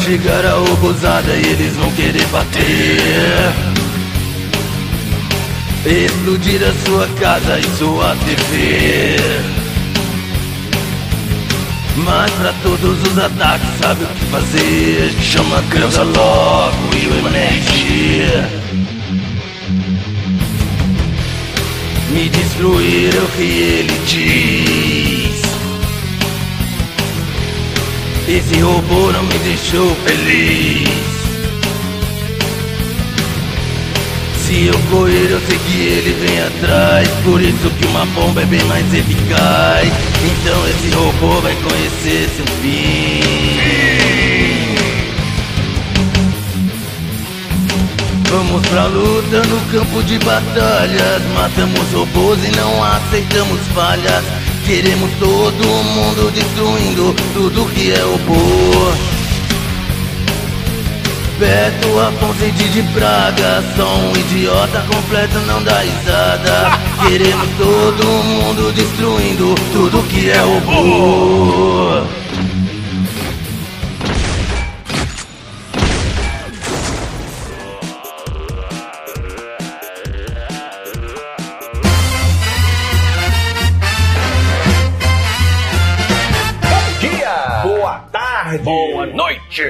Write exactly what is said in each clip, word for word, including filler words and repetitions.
chegar a robozada e eles vão querer bater, explodir a sua casa e sua T V. Mas pra todos os ataques sabe o que fazer. Chama a criança logo e o energia. Me destruir é o que ele diz. Esse robô não me deixou feliz. Se eu correr eu sei que ele vem atrás. Por isso que uma bomba é bem mais eficaz. Então esse robô vai conhecer seu fim. Vamos pra luta no campo de batalhas. Matamos robôs e não aceitamos falhas. Queremos todo mundo destruindo tudo que é robô. Beto Afonso de Praga, só um idiota completo não dá risada. Queremos todo mundo destruindo tudo que é robô. Bom dia! Boa tarde! Boa noite!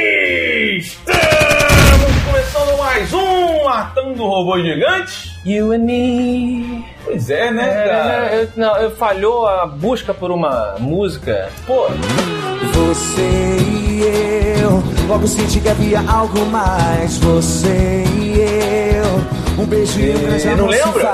Estamos começando mais um Matando Robô Gigante. You and me. Pois é, né, É, cara? eu- não, eu falhou a busca por uma música. Pô, Você e eu, logo senti que havia algo mais. Você e eu, um beijo e um grande não amor se lembra?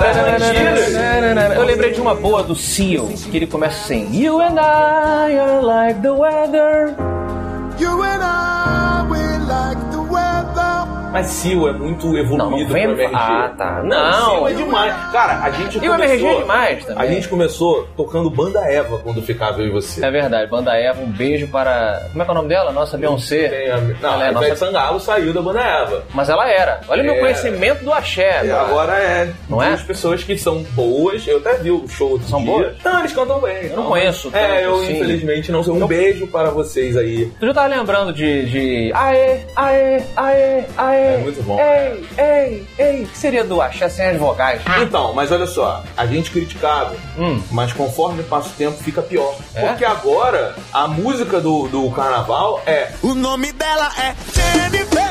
faz. Eu lembrei de uma boa do Seal, que ele começa assim: You and I are like the weather. You and I, we like the weather. mas Seal é muito evoluído Não, não pro vem- M R G. Ah, tá. Não, Não. Seal é demais. Cara, a gente E o M R G é começou... demais também. A gente começou tocando Banda Eva quando ficava eu e você. É verdade, Banda Eva, um beijo para. Como é que é o nome dela? Nossa Beyoncé. Tem a... Não, Ela é a nossa- Ivete Sangalo saiu da Banda Eva. Mas ela era. Olha o meu É. conhecimento do axé. E cara. agora é Não é? duas pessoas que são boas. Eu até vi o show de São dia. boas? Não, eles cantam bem. Eu não conheço tanto É, eu assim. infelizmente não sei. Um beijo para vocês aí. Tu já tava lembrando de, de. Aê, aê, aê, aê. É muito bom. Ei, ei, ei. O que seria do axé sem as vogais? Então, mas olha só, a gente criticava, Hum. mas conforme passa o tempo fica pior. É? Porque agora a música do, do carnaval é O nome dela é Jennifer.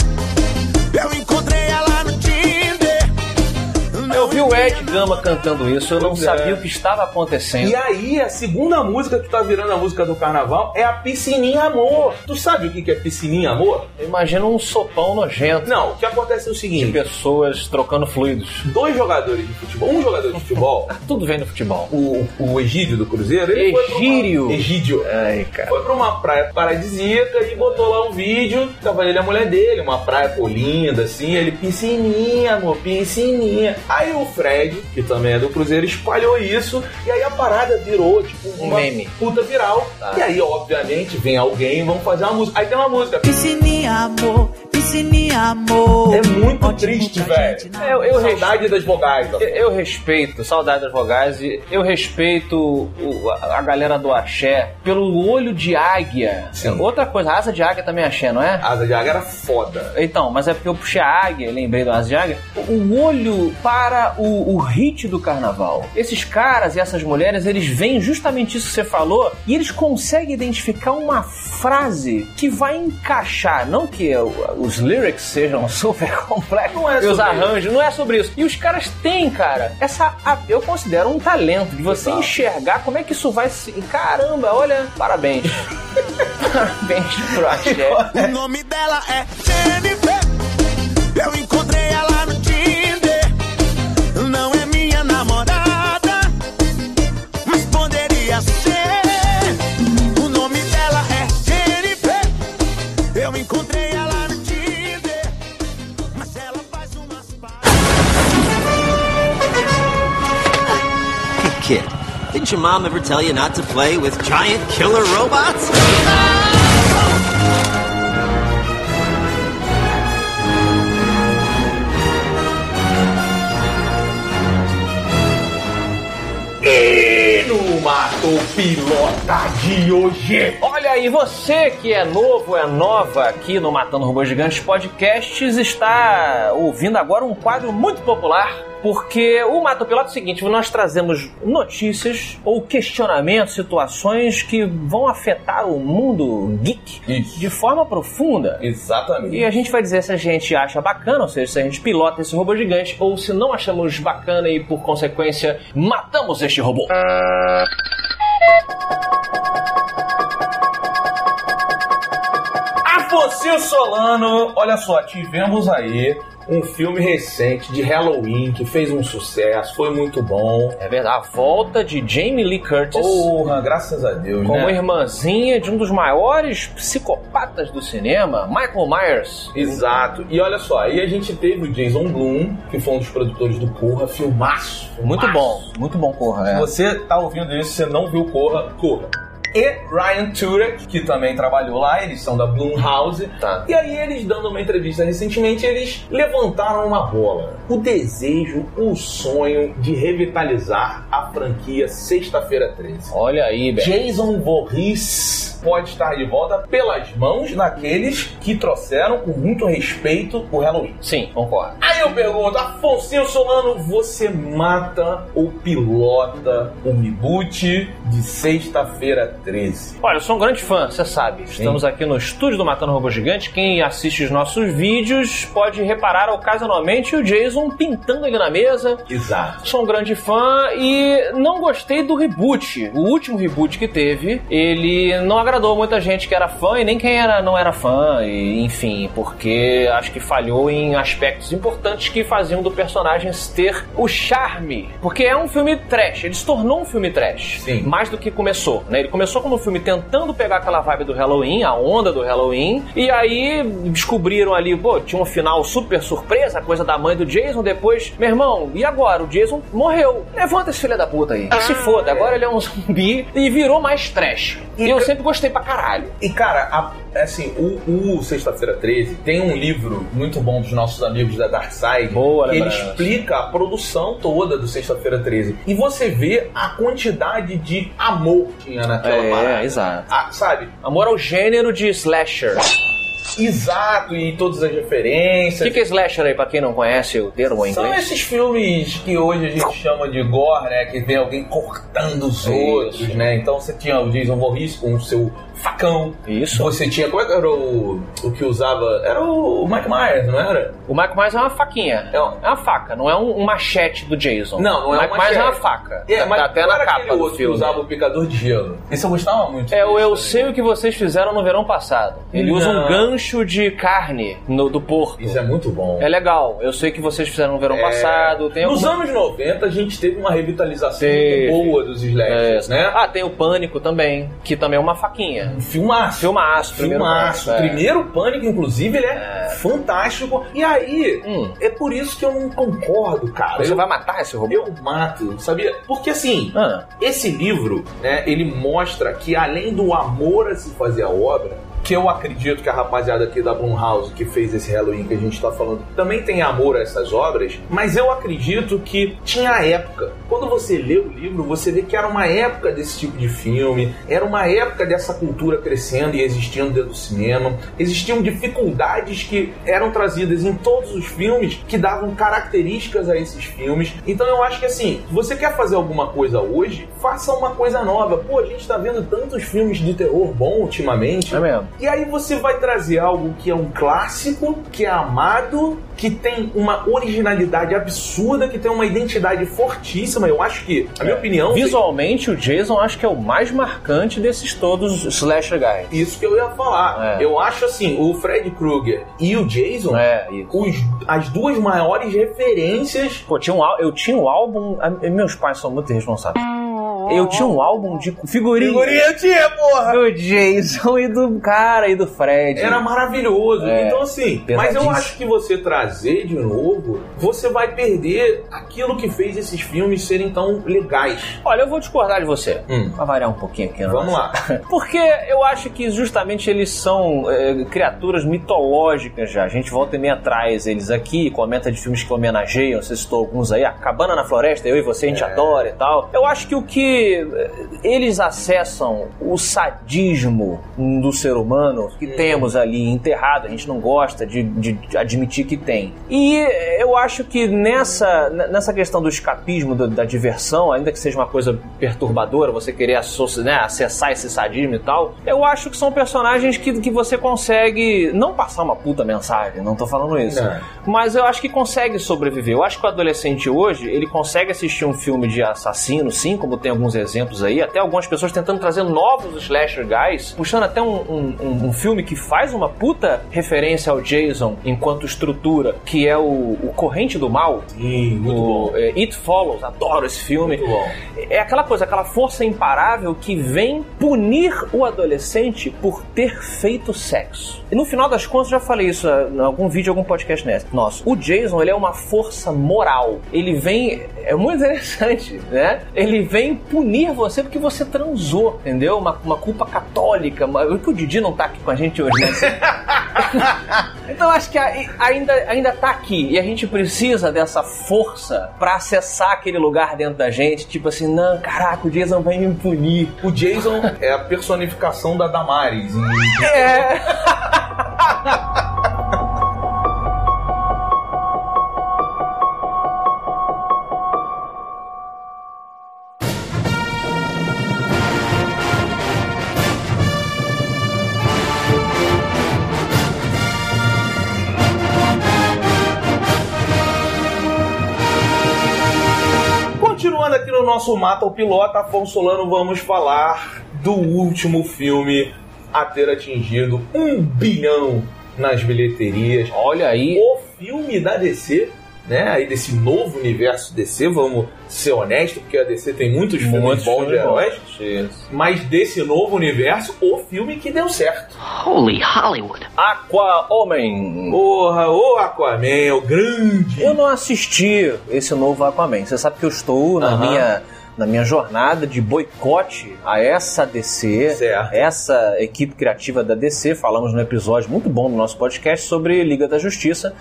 Eu encontrei ela no Tinder. Eu vi o Ed Gama cantando isso, eu não Pois é. sabia o que estava acontecendo. E aí, a segunda música que tá virando a música do carnaval é a Piscininha Amor. Tu sabe o que que é Piscininha Amor? Eu imagino um sopão nojento Não, o que acontece é o de seguinte: pessoas trocando fluidos. dois jogadores de futebol, um jogador de futebol, Tudo vem do futebol. o, o Egídio do Cruzeiro, ele foi pra uma- Egídio. Egídio. Ai, cara. Foi pra uma praia paradisíaca e botou lá um vídeo, tava ele e a mulher dele, uma praia pô, linda, assim, ele, piscininha, amor, piscininha. Aí o Fred, que também é do Cruzeiro, espalhou isso, e aí a parada virou, tipo, Um uma meme. puta viral. Tá. E aí, obviamente, vem alguém e vão fazer uma música. Aí tem uma música. Piscininha, amor, piscininha, amor. É muito Onde triste, muita velho. gente Eu, eu, Saudade das vogais. ó. Eu, eu respeito, saudade das vogais, e eu respeito o- a, a galera do axé pelo olho de águia. Sim. Outra coisa, asa de águia também é axé, não é? Asa de águia era foda. Então, mas é porque eu puxei a águia, lembrei do asa de águia. O olho para o, o hit do carnaval. Esses caras e essas mulheres, eles veem justamente isso que você falou e eles conseguem identificar uma frase que vai encaixar. Não que o- os lyrics sejam super complexos Não é e os sobre arranjos, não é sobre isso. E os caras têm, cara, essa. a- eu considero um talento de você Total. enxergar como é que isso vai se. Caramba, olha, parabéns. Parabéns pro axé. O nome dela é Jennifer. Eu encontrei ela no Tinder. Não é minha namorada, mas poderia ser. O nome dela é Jennifer. Eu encontrei ela no Tinder, mas ela faz umas paradas. Hey, kid, didn't your mom ever tell you not to play with giant killer robots? E no Mato Pilota de hoje, Olha Olha aí, você que é novo, é nova aqui no Matando Robôs Gigantes Podcasts, está ouvindo agora um quadro muito popular, porque o Mata o Piloto é o seguinte: nós trazemos notícias ou questionamentos, situações que vão afetar o mundo geek Isso. de forma profunda. Exatamente. E a gente vai dizer se a gente acha bacana, ou seja, se a gente pilota esse robô gigante, ou se não achamos bacana e, por consequência, matamos este robô. Afonso Solano, olha só, tivemos aí um filme recente de Halloween que fez um sucesso, foi muito bom. É verdade, a volta de Jamie Lee Curtis. Porra, graças a Deus, como né? irmãzinha de um dos maiores psicopatas do cinema, Michael Myers. Exato. E olha só, aí a gente teve o Jason Blum, que foi um dos produtores do Corra, filmaço. filmaço. Muito bom, muito bom Corra. Se é. você tá ouvindo isso, você não viu Corra, corra. E Ryan Turek, que também trabalhou lá, eles são da Blumhouse. Tá. E aí eles, dando uma entrevista recentemente, eles levantaram uma bola. O desejo, o sonho de revitalizar a franquia Sexta-feira treze. Olha aí, Beto. Jason Voorhees pode estar de volta pelas mãos daqueles que trouxeram com muito respeito o Halloween. Sim, concordo. Aí eu pergunto, Afonso Solano, você mata ou pilota o reboot de Sexta-feira treze? Olha, eu sou um grande fã, você sabe. Estamos aqui no estúdio do Matando Robô Gigante. Quem assiste os nossos vídeos pode reparar ocasionalmente o Jason pintando ele na mesa. Exato. Sou um grande fã e não gostei do reboot. O último reboot que teve, ele não agradou muita gente que era fã e nem quem era, não era fã, e, enfim, porque acho que falhou em aspectos importantes que faziam do personagem ter o charme. Porque é um filme trash, ele se tornou um filme trash. Sim. Mais do que começou, né? Ele começou como um filme tentando pegar aquela vibe do Halloween, a onda do Halloween, e aí descobriram ali, pô, tinha um final super surpresa, coisa da mãe do Jason, depois, meu irmão, e agora? O Jason morreu. Levanta esse filho da puta aí. Que se foda, agora ele é um zumbi e virou mais trash. E, e eu sempre gostei pra caralho. E cara, a, assim, o, o Sexta-feira treze tem um livro muito bom dos nossos amigos da Dark Side. Boa, que ele lembrança. explica a produção toda do Sexta-feira treze. E você vê a quantidade de amor que tinha naquela É, parada. exato. A, sabe? Amor ao gênero de slasher. Exato, e todas as referências. O que, que é slasher aí, pra quem não conhece o termo em São inglês? esses filmes que hoje a gente chama de gore, né? Que vem alguém cortando os Isso. outros, né? Então você tinha o Jason Voorhees com o seu facão. Isso. Você tinha... Como é que era o, o que usava? Era o Mike Myers, não era? O Michael Myers é uma faquinha. É um- É uma faca, não é um, um machete do Jason. Não, não é o um Michael Myers é machete. uma faca. É, mas tá até não na era capa aquele do outro filme. que usava o picador de gelo. Esse eu gostava muito. É, o desse Eu também. Sei O Que Vocês Fizeram no Verão Passado. Ele Não. usa um gancho de carne no, do porto. Isso é muito bom. É legal. Eu Sei O Que Vocês Fizeram no Verão É. Passado. Tem Nos alguma... anos noventa a gente teve uma revitalização Teve. muito boa dos slashers, É. né? Ah, tem o Pânico também, que também é uma faquinha. Filmaço. Filmaço. Primeiro Filmaço. Pânico, é. Primeiro Pânico, inclusive, ele é, fantástico. E aí, Hum. é por isso que eu não concordo, cara. Você eu, vai matar esse robô? eu mato, sabia? Porque assim, Ah. esse livro, né, ele mostra que além do amor a se fazer a obra, que eu acredito que a rapaziada aqui da Blumhouse que fez esse Halloween que a gente tá falando também tem amor a essas obras, mas eu acredito que tinha a época. Quando você lê o livro, você vê que era uma época desse tipo de filme, era uma época dessa cultura crescendo e existindo dentro do cinema. Existiam dificuldades que eram trazidas em todos os filmes que davam características a esses filmes. Então eu acho que assim, se você quer fazer alguma coisa hoje, faça uma coisa nova. Pô, a gente tá vendo tantos filmes de terror bom ultimamente. É mesmo. E aí você vai trazer algo que é um clássico, que é amado, que tem uma originalidade absurda, que tem uma identidade fortíssima. Eu acho que, a minha opinião... Visualmente, o Jason acho que é o mais marcante desses todos slasher guys. Isso que eu ia falar. É. Eu acho assim, o Freddy Krueger e o Jason, É, isso. os, as duas maiores referências... Pô, tinha um, ál- eu tinha um álbum... a- Meus pais são muito irresponsáveis. Eu tinha um álbum de figurinhas Figurinha eu tinha, porra! do Jason e do cara e do Fred. Era maravilhoso. É, Então, assim, mas eu pesadíssimo. acho que você trazer de novo, você vai perder aquilo que fez esses filmes serem tão legais. Olha, eu vou discordar de você. Hum. Pra variar um pouquinho aqui. Vamos lá. Porque eu acho que justamente eles são é, criaturas mitológicas já. A gente volta e meia atrás eles aqui, comenta de filmes que homenageiam, você citou alguns aí, a Cabana na Floresta, eu e você, a gente adora e tal. Eu acho que o que que eles acessam o sadismo do ser humano que hum. temos ali enterrado, a gente não gosta de, de admitir que tem. E eu acho que nessa, nessa questão do escapismo, do, da diversão, ainda que seja uma coisa perturbadora, você querer associ, né, acessar esse sadismo e tal, eu acho que são personagens que, que você consegue não passar uma puta mensagem, não tô falando isso, não. Mas eu acho que consegue sobreviver. Eu acho que o adolescente hoje, ele consegue assistir um filme de assassino, sim, como tem alguns exemplos aí, até algumas pessoas tentando trazer novos slasher guys, puxando até um, um, um, um filme que faz uma puta referência ao Jason enquanto estrutura, que é o, o Corrente do Mal. Sim, muito o, bom. É, It Follows, adoro esse filme. Muito bom. É aquela coisa, aquela força imparável que vem punir o adolescente por ter feito sexo. E no final das contas, eu já falei isso em algum vídeo, algum podcast nesse. Nossa, o Jason, ele é uma força moral. Ele vem, é muito interessante, né? Ele vem punir você porque você transou, entendeu? Uma, uma culpa católica. Uma, que o Didi não tá aqui com a gente hoje, né? Então acho que ainda, ainda tá aqui. E a gente precisa dessa força pra acessar aquele lugar dentro da gente. Tipo assim, não, caraca, o Jason vai me punir. O Jason é a personificação da Damares. Em... É... Continuando aqui no nosso Mata o Pilota, Afonso Solano, vamos falar do último filme a ter atingido um bilhão nas bilheterias. Olha aí. O filme da D C, né? Aí desse novo universo D C, vamos ser honestos, porque a D C tem muitos filmes muitos bons de heróis. Mas desse novo universo, o filme que deu certo. Holy Hollywood. Aquaman. Porra, o Aquaman, o grande. Eu não assisti esse novo Aquaman. Você sabe que eu estou na uh-huh. minha... na minha jornada de boicote a essa D C, certo. essa equipe criativa da D C. Falamos num episódio muito bom do nosso podcast sobre Liga da Justiça.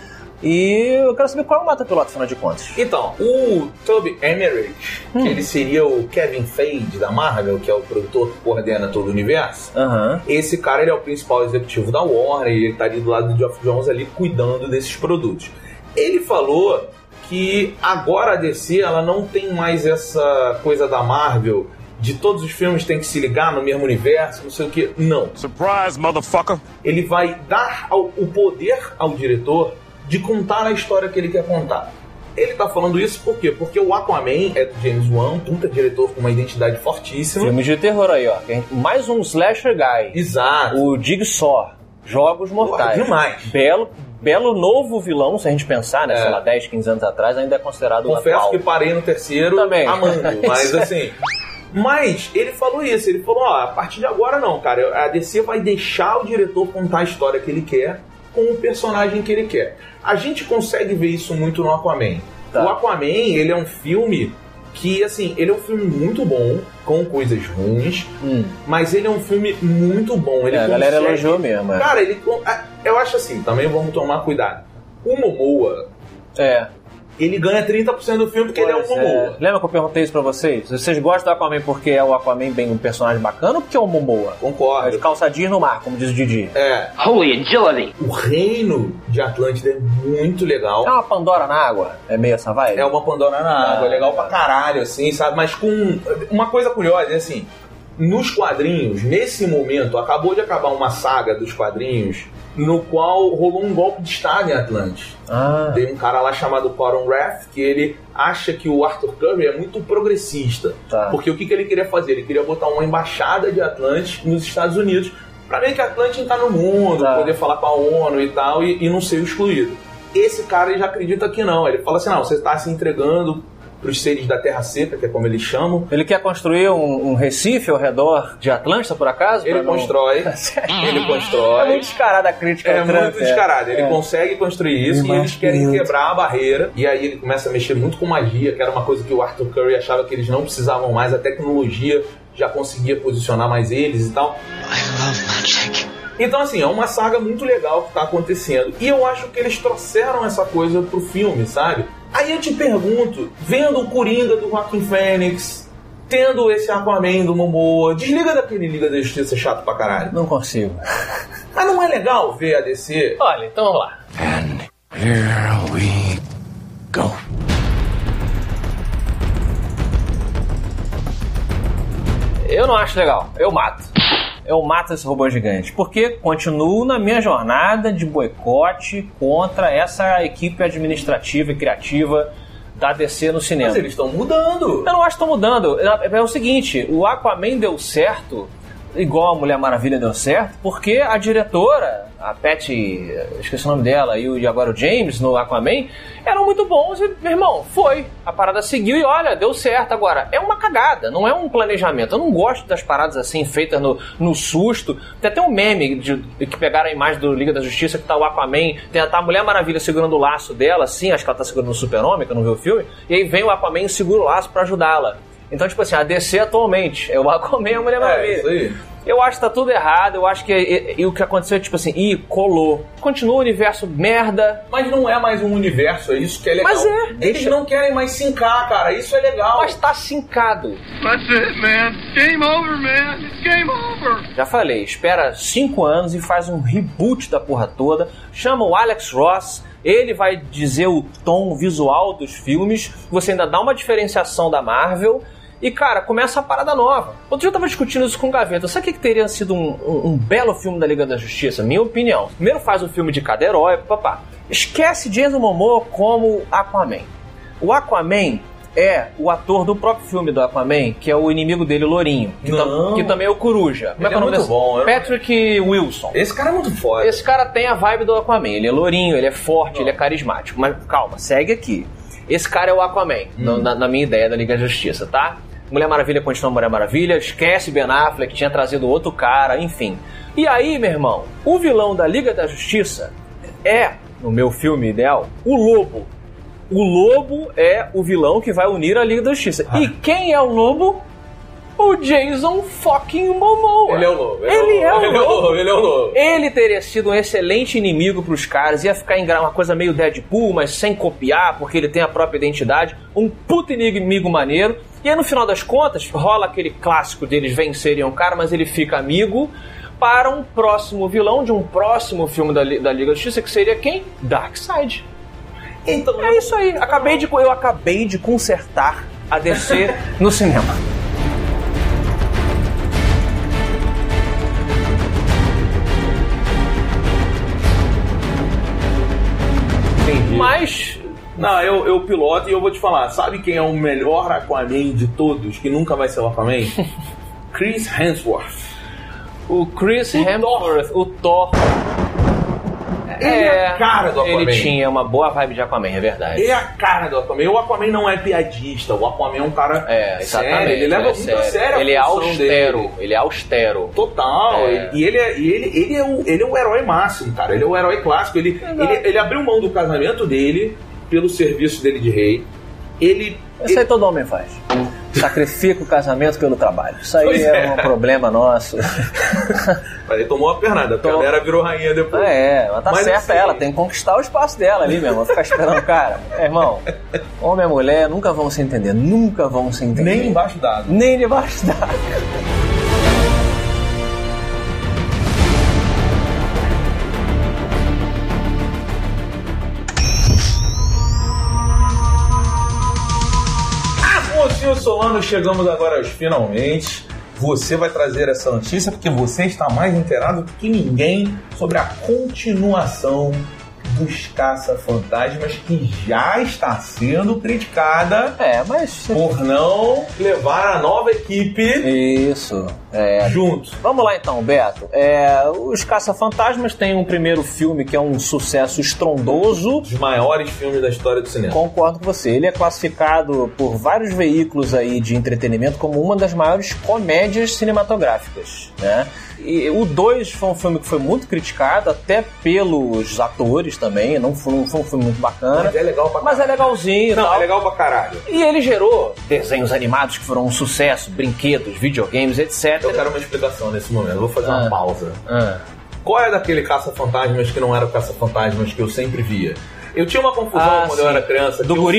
E eu quero saber qual é o mata-piloto, afinal de contas. Então, o Toby Emmerich, hum. que ele seria o Kevin Feige da Marvel, que é o produtor que coordena todo o universo, uhum. esse cara ele é o principal executivo da Warner e ele tá ali do lado do Geoff Johns ali cuidando desses produtos. Ele falou que agora a D C ela não tem mais essa coisa da Marvel de todos os filmes tem que se ligar no mesmo universo, não sei o que. Não. Surprise, motherfucker! Ele vai dar ao, o poder ao diretor de contar a história que ele quer contar. Ele tá falando isso por quê? Porque o Aquaman é do James Wan, puta diretor com uma identidade fortíssima. Filme de terror aí, ó. Mais um slasher guy. Exato. O Jigsaw, Jogos Mortais. Porra, demais. Belo, belo novo vilão, se a gente pensar, né? É. Sei lá, dez, quinze anos atrás, ainda é considerado um Confesso atual. que parei no terceiro também. Amando, mas assim... Mas ele falou isso, ele falou, ó, a partir de agora não, cara, a D C vai deixar o diretor contar a história que ele quer com o personagem que ele quer. A gente consegue ver isso muito no Aquaman. Tá. O Aquaman, ele é um filme que, assim, ele é um filme muito bom, com coisas ruins, hum. mas ele é um filme muito bom. Ele é, consegue... a galera elogiou mesmo. É. Cara, ele... eu acho assim, também vamos tomar cuidado. O Momoa... É... ele ganha trinta por cento do filme porque pois ele é um Momoa. É. Lembra que eu perguntei isso pra vocês? Vocês gostam do Aquaman porque é o Aquaman bem um personagem bacana ou porque é o Momoa? Concordo. É de calça jeans no mar, como diz o Didi. É. Holy agility. O reino de Atlântida é muito legal. É uma Pandora na água? É meio essa vibe? É uma Pandora na água. Ah, é legal pra caralho, assim, sabe? Mas com... uma coisa curiosa, é assim... nos quadrinhos, nesse momento, acabou de acabar uma saga dos quadrinhos no qual rolou um golpe de Estado em Atlantis. Ah. Tem um cara lá chamado Coron Rath que ele acha que o Arthur Curry é muito progressista. Tá. Porque o que, que ele queria fazer? Ele queria botar uma embaixada de Atlantis nos Estados Unidos pra ver que Atlantis tá no mundo, tá. poder falar com a ONU e tal, e, e não ser excluído. Esse cara ele já acredita que não. Ele fala assim, não, você tá se entregando para os seres da Terra Seca, que é como eles chamam. Ele quer construir um, um Recife ao redor de Atlântida, por acaso? Ele não... constrói. ele constrói. É muito descarada a crítica. É muito descarada. Ele é. consegue construir isso e eles querem quebrar a barreira. E aí ele começa a mexer muito com magia, que era uma coisa que o Arthur Curry achava que eles não precisavam mais. A tecnologia já conseguia posicionar mais eles e tal. I love magic. Então, assim, é uma saga muito legal que tá acontecendo. E eu acho que eles trouxeram essa coisa pro filme, sabe? Aí eu te pergunto, vendo o Coringa do Joaquin Phoenix, tendo esse Aquaman do Momoa. Desliga daquele Liga da Justiça chato pra caralho. Não consigo. Mas não é legal ver a D C? Olha, então vamos lá. And here we go. Eu não acho legal. Eu mato. Eu mato esse robô gigante. Porque continuo na minha jornada de boicote contra essa equipe administrativa e criativa da D C no cinema. Mas eles estão mudando. Eu não acho que estão mudando. É o seguinte, o Aquaman deu certo, igual a Mulher Maravilha deu certo, porque a diretora, a Patty, esqueci o nome dela, e, o, e agora o James no Aquaman, eram muito bons e, meu irmão, foi. A parada seguiu e olha, deu certo. Agora, é uma cagada, não é um planejamento. Eu não gosto das paradas assim, feitas no, no susto. Tem até um meme de, de, que pegaram a imagem do Liga da Justiça, que tá o Aquaman, tem tá a Mulher Maravilha segurando o laço dela, assim, acho que ela tá segurando o Super-Homem, que eu não vi o filme, e aí vem o Aquaman e segura o laço pra ajudá-la. Então, tipo assim, a D C atualmente é o Aquaman e a Mulher Maravilha. É, isso aí. Eu acho que tá tudo errado, eu acho que e, e, e o que aconteceu é tipo assim, ih, colou. Continua o universo merda. Mas não é mais um universo, é isso que é legal. Mas é. Eles Deixa... não querem mais sincar, cara, isso é legal. Mas tá sincado. That's it, man. Game over, man. It's game over. Já falei, espera cinco anos e faz um reboot da porra toda. Chama o Alex Ross. Ele vai dizer o tom visual dos filmes. Você ainda dá uma diferenciação da Marvel. E, cara, começa a parada nova. Outro dia eu tava discutindo isso com o Gaveta. Sabe o que, que teria sido um, um, um belo filme da Liga da Justiça? Minha opinião. Primeiro faz o filme de cada herói, papá. Esquece Jason Momoa como Aquaman. O Aquaman é o ator do próprio filme do Aquaman, que é o inimigo dele, o Lourinho. Que, tam, que também é o Coruja. Ele é, é muito bom. Patrick Wilson. Esse cara é muito forte. Esse cara tem a vibe do Aquaman. Ele é lourinho, ele é forte, não. Ele é carismático. Mas calma, segue aqui. Esse cara é o Aquaman, hum. na, na minha ideia da Liga da Justiça, tá? Mulher Maravilha continua Mulher Maravilha, esquece Ben Affleck, tinha trazido outro cara, enfim. E aí, meu irmão, o vilão da Liga da Justiça é, no meu filme ideal, o Lobo. O Lobo é o vilão que vai unir a Liga da Justiça. Ah. E quem é o Lobo? O Jason fucking Momoa. Ele é o Lobo. Ele, ele é o Lobo. Ele é o Lobo. Ele é o Lobo. Ele teria sido um excelente inimigo pros caras. Ia ficar em uma coisa meio Deadpool, mas sem copiar, porque ele tem a própria identidade. Um puto inimigo maneiro. E aí, no final das contas, rola aquele clássico deles vencerem um cara, mas ele fica amigo para um próximo vilão de um próximo filme da, da Liga da Justiça, que seria quem? Darkseid. Então, é isso aí. Acabei de, eu acabei de consertar a D C no cinema. Mas... Não, eu, eu piloto e eu vou te falar. Sabe quem é o melhor Aquaman de todos, que nunca vai ser o Aquaman? Chris Hemsworth. O Chris o Hemsworth, Thor. o Thor. Ele é, é a cara do Aquaman. Ele tinha uma boa vibe de Aquaman, é verdade. Ele é a cara do Aquaman. O Aquaman não é piadista. O Aquaman é um cara é, exatamente, sério. Ele leva é muito sério. a sério a Ele é função austero. dele. Ele é austero. Total. É. E, ele é, e ele, ele, é o, ele é o herói máximo, cara. Ele é o herói clássico. Ele, ele, ele abriu mão do casamento dele pelo serviço dele de rei. Ele... Isso ele... aí todo homem faz. Sacrifica o casamento pelo trabalho. Isso aí é, é um problema nosso. Ele tomou uma pernada, porque Tom... a Vera virou rainha depois. É, mas tá mas certa assim... ela, tem que conquistar o espaço dela ali mesmo, ficar esperando o cara. É, irmão, homem e mulher nunca vão se entender, nunca vão se entender. Nem embaixo d'água. Nem debaixo d'água. Senhor Solano, chegamos agora aos finalmente. Você vai trazer essa notícia porque você está mais inteirado do que ninguém sobre a continuação dos Caça-Fantasmas, que já está sendo criticada é, mas... por não levar a nova equipe Isso, é. junto. Vamos lá então, Beto. É, os Caça-Fantasmas têm um primeiro filme que é um sucesso estrondoso. Dos maiores filmes da história do cinema. Concordo com você. Ele é classificado por vários veículos aí de entretenimento como uma das maiores comédias cinematográficas, né? E o dois foi um filme que foi muito criticado, até pelos atores também, não foi, não foi um filme muito bacana. Mas é legal pra caralho. Mas é legalzinho. Não, tal. é legal pra caralho. E ele gerou desenhos animados que foram um sucesso, brinquedos, videogames, etcétera. Eu quero uma explicação nesse momento, eu vou fazer ah. uma pausa. Ah. Qual é daquele Caça-Fantasmas que não era o Caça-Fantasmas que eu sempre via? Eu tinha uma confusão ah, quando sim. eu era criança. Do eu... gorila?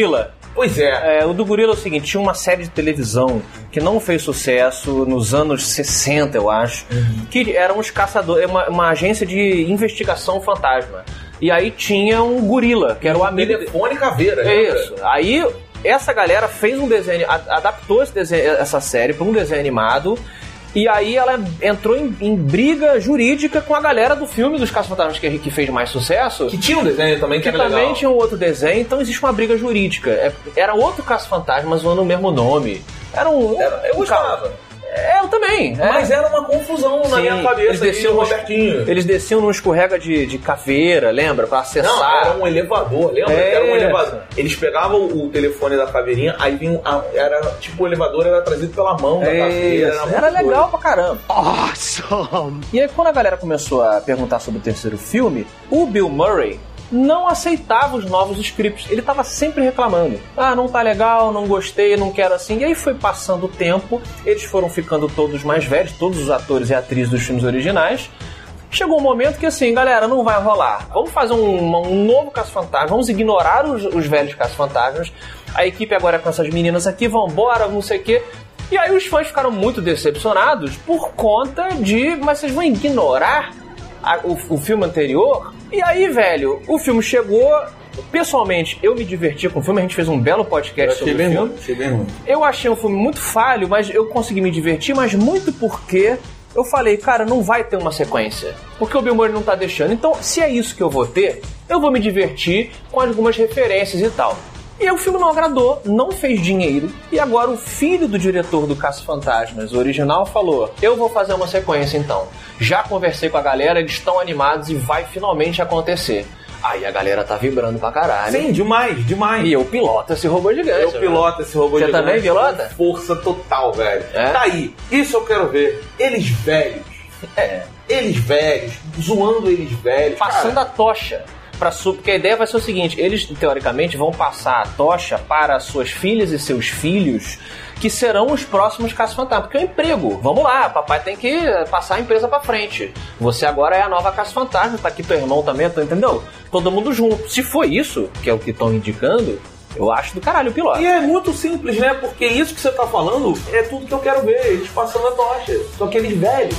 Pois é. é. O do Gorila é o seguinte, tinha uma série de televisão que não fez sucesso nos anos sessenta, eu acho, uhum. que eram os caçadores, uma, uma agência de investigação fantasma. E aí tinha um gorila, que era o amigo... Telefone Caveira. É isso. Aí essa galera fez um desenho, adaptou esse desenho, essa série para um desenho animado. E aí ela entrou em, em briga jurídica com a galera do filme dos Caça-Fantasmas que, que fez mais sucesso. Que tinha um desenho também que, que era também legal. tinha um outro desenho, então existe uma briga jurídica. É, era outro Caça-Fantasma, mas usando o mesmo nome. Era um... Era, eu gostava. É, eu também. Mas é. era uma confusão Sim, na minha cabeça. Eles desciam, no Robertinho. Eles desciam num escorrega de, de caveira, lembra? Pra acessar. Não, era um elevador, lembra? É. Era um elevador. Eles pegavam o telefone da caveirinha, aí vinha. A, era tipo o elevador era trazido pela mão da é. caveira. Era, era legal pra caramba. Awesome! E aí, quando a galera começou a perguntar sobre o terceiro filme, o Bill Murray não aceitava os novos scripts. Ele tava sempre reclamando. Ah, não tá legal, não gostei, não quero assim. E aí foi passando o tempo, eles foram ficando todos mais velhos, todos os atores e atrizes dos filmes originais. Chegou um momento que assim, galera, não vai rolar. Vamos fazer um, um novo Caça-Fantasma, vamos ignorar os, os velhos Caça-Fantasmas. A equipe agora é com essas meninas aqui, vambora, não sei o quê. E aí os fãs ficaram muito decepcionados por conta de... Mas vocês vão ignorar a, o, o filme anterior? E aí, velho, o filme chegou... Pessoalmente, eu me diverti com o filme. A gente fez um belo podcast sobre o filme. Ruim, achei bem ruim. Eu achei um filme muito falho, mas eu consegui me divertir, mas muito porque eu falei, cara, não vai ter uma sequência. Porque o Bill Murray não tá deixando. Então, se é isso que eu vou ter, eu vou me divertir com algumas referências e tal. E aí o filme não agradou, não fez dinheiro, e agora o filho do diretor do Caça-Fantasmas, o original, falou, eu vou fazer uma sequência então. Já conversei com a galera, eles estão animados e vai finalmente acontecer. Aí a galera tá vibrando pra caralho. Sim, demais, demais. E eu piloto esse robô gigante. Eu piloto esse robô Você gigante. Você também pilota? Força total, velho. É? Tá aí, isso eu quero ver. Eles velhos. É. Eles velhos, zoando eles velhos. Passando cara. a tocha. Pra su... Porque a ideia vai ser o seguinte, eles teoricamente vão passar a tocha para suas filhas e seus filhos, que serão os próximos Caça-Fantasmas, porque é um emprego, vamos lá, papai tem que passar a empresa pra frente, você agora é a nova Caça-Fantasma, tá aqui teu irmão também, entendeu? Todo mundo junto. Se foi isso, que é o que estão indicando, eu acho do caralho o piloto. E é muito simples, né, porque isso que você tá falando é tudo que eu quero ver, eles passando a tocha, só que eles velhos.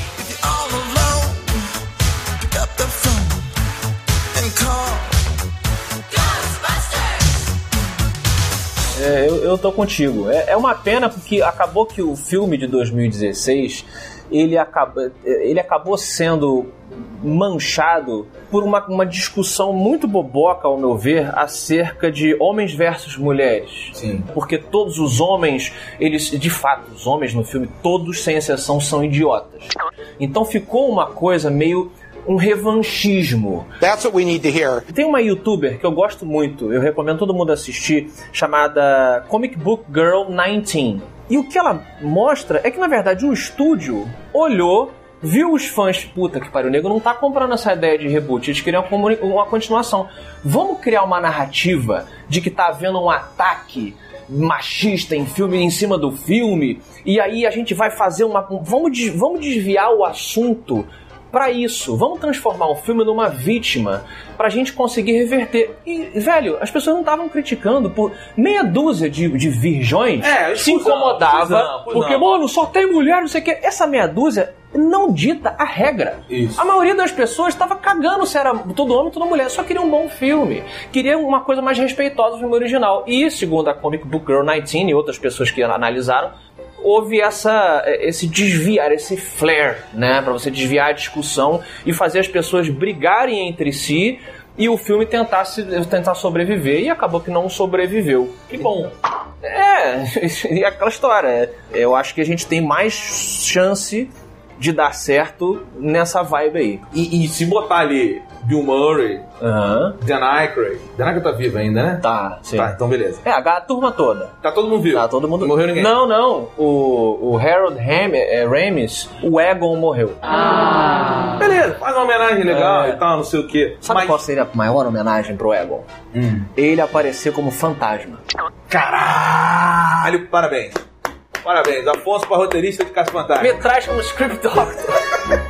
É, eu, eu tô contigo. É, é uma pena porque acabou que o filme de dois mil e dezesseis ele, acaba, ele acabou sendo manchado por uma, uma discussão muito boboca, ao meu ver, acerca de homens versus mulheres. Sim. Porque todos os homens, eles, de fato, os homens no filme, todos sem exceção, são idiotas. Então ficou uma coisa meio... um revanchismo. That's what we need to hear. Tem uma youtuber que eu gosto muito, eu recomendo todo mundo assistir, chamada Comic Book Girl dezenove. E o que ela mostra é que, na verdade, o estúdio olhou, viu os fãs, puta que pariu, o nego não tá comprando essa ideia de reboot, eles queriam uma continuação. Vamos criar uma narrativa de que tá havendo um ataque machista em filme, em cima do filme, e aí a gente vai fazer uma... Vamos, vamos desviar o assunto pra isso, vamos transformar o filme numa vítima pra gente conseguir reverter. E, velho, as pessoas não estavam criticando por meia dúzia de, de virgões é, se incomodava não, porque, não. mano, só tem mulher, não sei o que. Essa meia dúzia não dita a regra. Isso. A maioria das pessoas estava cagando se era todo homem, toda mulher, só queria um bom filme, queria uma coisa mais respeitosa do filme original. E, segundo a Comic Book Girl dezenove e outras pessoas que analisaram, houve essa, esse desviar, esse flare, né, pra você desviar a discussão e fazer as pessoas brigarem entre si e o filme tentar, se, tentar sobreviver, e acabou que não sobreviveu. Que bom. É, e aquela história, eu acho que a gente tem mais chance de dar certo nessa vibe aí. E, e se botar ali Bill Murray, uhum. Dan Aykroyd, Dan Aykroyd tá vivo ainda, né? Tá, sim. Tá, então beleza. É, a turma toda. Tá todo mundo vivo? Tá todo mundo... Não morreu ninguém? Não, não. O, o Harold Ham, é, Ramis, o Egon morreu. Ah. Beleza, faz uma homenagem legal é. e tal, não sei o quê. Sabe Mas... qual seria a maior homenagem pro Egon? Hum. Ele aparecer como fantasma. Caralho, parabéns. Parabéns, Afonso para roteirista de Caça-Fantasma. Me traz como script doctor.